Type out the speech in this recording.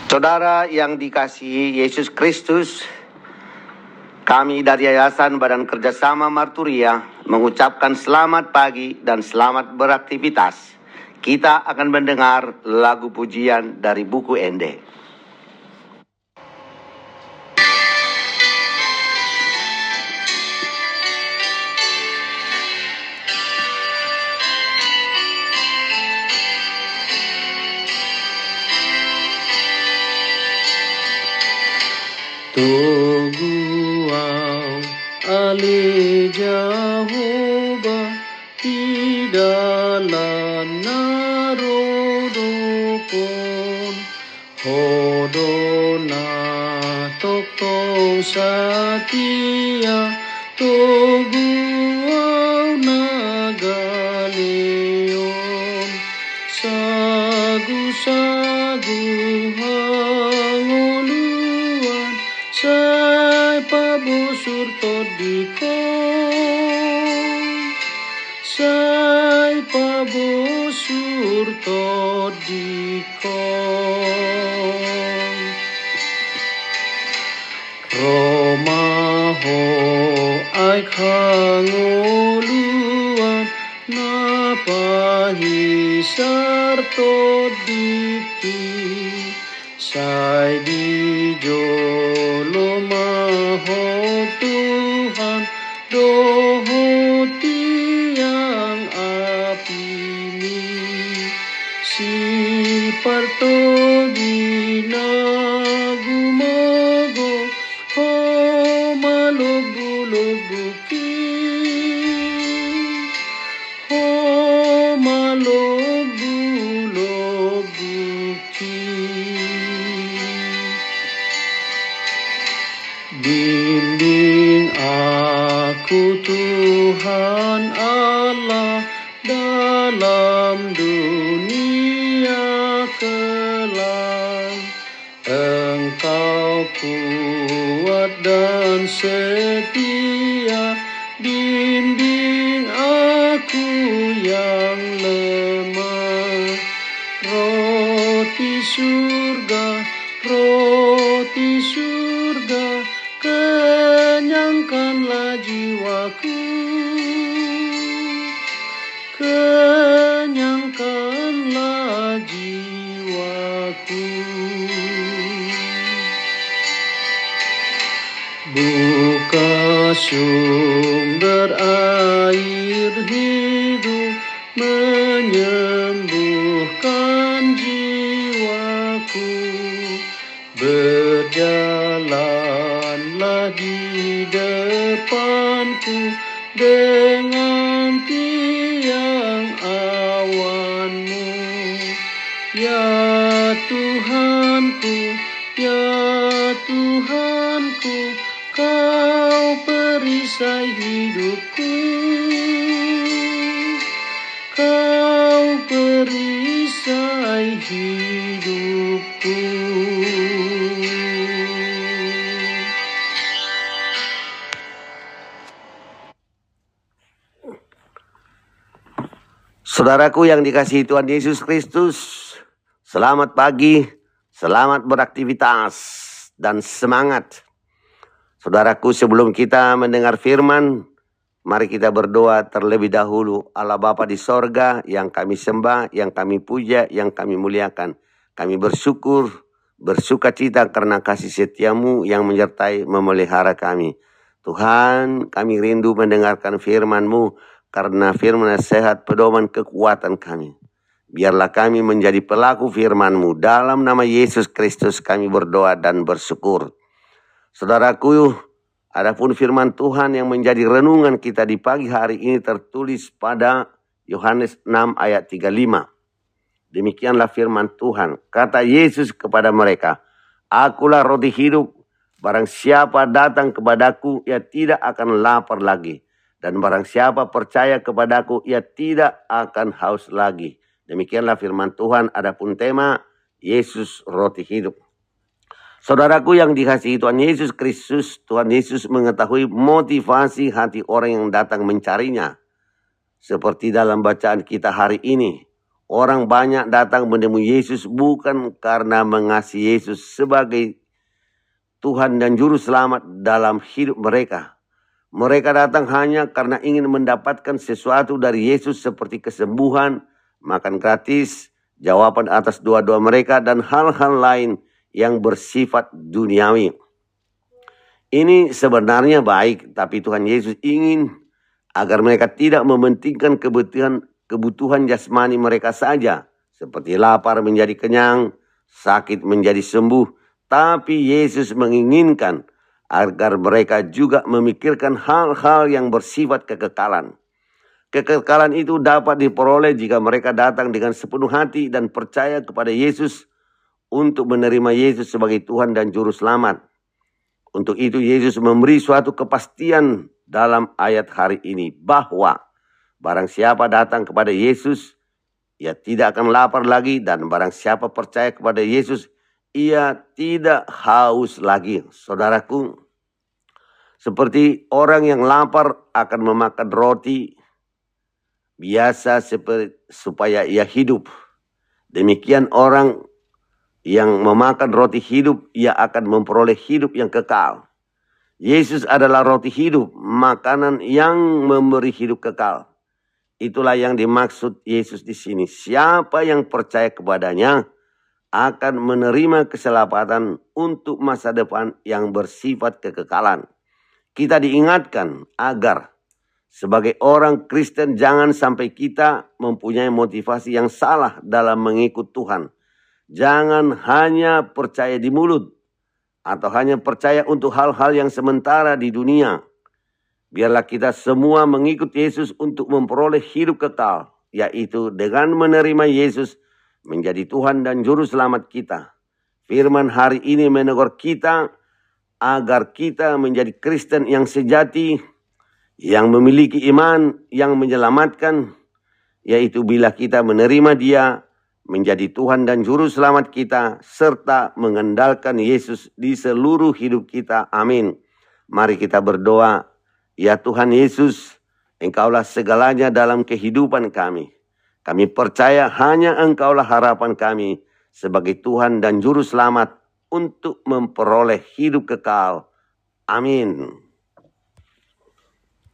Saudara yang dikasihi Yesus Kristus, kami dari Yayasan Badan Kerjasama Marturia mengucapkan selamat pagi dan selamat beraktivitas. Kita akan mendengar lagu pujian dari buku Ende. Toguau ali Jehovah di dalam narodokon hodona tokto satia toguau nagaleon sagu-sagu hangoluan sai pabosur todikon sai pabosur todikon Romaho ai hangoluan napahisar todiki sai di jolo maho Tuhan doho tiang apini si partogi nagumogo ho malobu-lobuki ho malobu-lobuki Bimbing aku Tuhan Allah dalam dunia kelak. Engkau kuat dan setia, bimbing aku yang lemah. Roti surga, kenyangkanlah jiwaku, kenyangkanlah jiwaku. Buka sumber air hidup, menyembuhkan jiwaku. Berjalanlah di depanku dengan tiang awan-Mu, ya Tuhanku, ya Tuhanku, Kau perisai hidupku, Kau perisai hidupku. Saudaraku yang dikasihi Tuhan Yesus Kristus, selamat pagi, selamat beraktivitas, dan semangat. Saudaraku, sebelum kita mendengar firman, mari kita berdoa terlebih dahulu. Allah Bapa di sorga, yang kami sembah, yang kami puja, yang kami muliakan. Kami bersyukur, bersukacita karena kasih setia-Mu yang menyertai memelihara kami. Tuhan, kami rindu mendengarkan firman-Mu, karena firman sehat pedoman kekuatan kami. Biarlah kami menjadi pelaku firman-Mu. Dalam nama Yesus Kristus kami berdoa dan bersyukur. Saudaraku, adapun firman Tuhan yang menjadi renungan kita di pagi hari ini tertulis pada Yohanes 6 ayat 35. Demikianlah firman Tuhan. Kata Yesus kepada mereka, Akulah roti hidup, barang siapa datang kepadaku, ia tidak akan lapar lagi. Dan barang siapa percaya kepadaku, ia tidak akan haus lagi. Demikianlah firman Tuhan. Adapun tema, Yesus roti hidup. Saudaraku yang dikasihi Tuhan Yesus Kristus, Tuhan Yesus mengetahui motivasi hati orang yang datang mencarinya. Seperti dalam bacaan kita hari ini, orang banyak datang menemui Yesus bukan karena mengasihi Yesus sebagai Tuhan dan Juru Selamat dalam hidup mereka. Mereka datang hanya karena ingin mendapatkan sesuatu dari Yesus seperti kesembuhan, makan gratis, jawaban atas doa-doa mereka, dan hal-hal lain yang bersifat duniawi. Ini sebenarnya baik, tapi Tuhan Yesus ingin agar mereka tidak mementingkan kebutuhan jasmani mereka saja, seperti lapar menjadi kenyang, sakit menjadi sembuh, tapi Yesus menginginkan agar mereka juga memikirkan hal-hal yang bersifat kekekalan. Kekekalan itu dapat diperoleh jika mereka datang dengan sepenuh hati dan percaya kepada Yesus untuk menerima Yesus sebagai Tuhan dan Juru Selamat. Untuk itu Yesus memberi suatu kepastian dalam ayat hari ini bahwa barang siapa datang kepada Yesus, ia tidak akan lapar lagi, dan barang siapa percaya kepada Yesus, ia tidak haus lagi. Saudaraku, seperti orang yang lapar akan memakan roti biasa supaya ia hidup, demikian orang yang memakan roti hidup, ia akan memperoleh hidup yang kekal. Yesus adalah roti hidup, makanan yang memberi hidup kekal. Itulah yang dimaksud Yesus di sini. Siapa yang percaya kepadanya akan menerima keselamatan untuk masa depan yang bersifat kekekalan. Kita diingatkan agar sebagai orang Kristen jangan sampai kita mempunyai motivasi yang salah dalam mengikut Tuhan. Jangan hanya percaya di mulut atau hanya percaya untuk hal-hal yang sementara di dunia. Biarlah kita semua mengikut Yesus untuk memperoleh hidup kekal, yaitu dengan menerima Yesus menjadi Tuhan dan Juru Selamat kita. Firman hari ini menegur kita agar kita menjadi Kristen yang sejati, yang memiliki iman yang menyelamatkan, yaitu bila kita menerima Dia menjadi Tuhan dan Juru Selamat kita, serta mengandalkan Yesus di seluruh hidup kita. Amin. Mari kita berdoa. Ya Tuhan Yesus, Engkaulah segalanya dalam kehidupan kami. Kami percaya hanya Engkaulah harapan kami sebagai Tuhan dan Juru Selamat untuk memperoleh hidup kekal. Amin.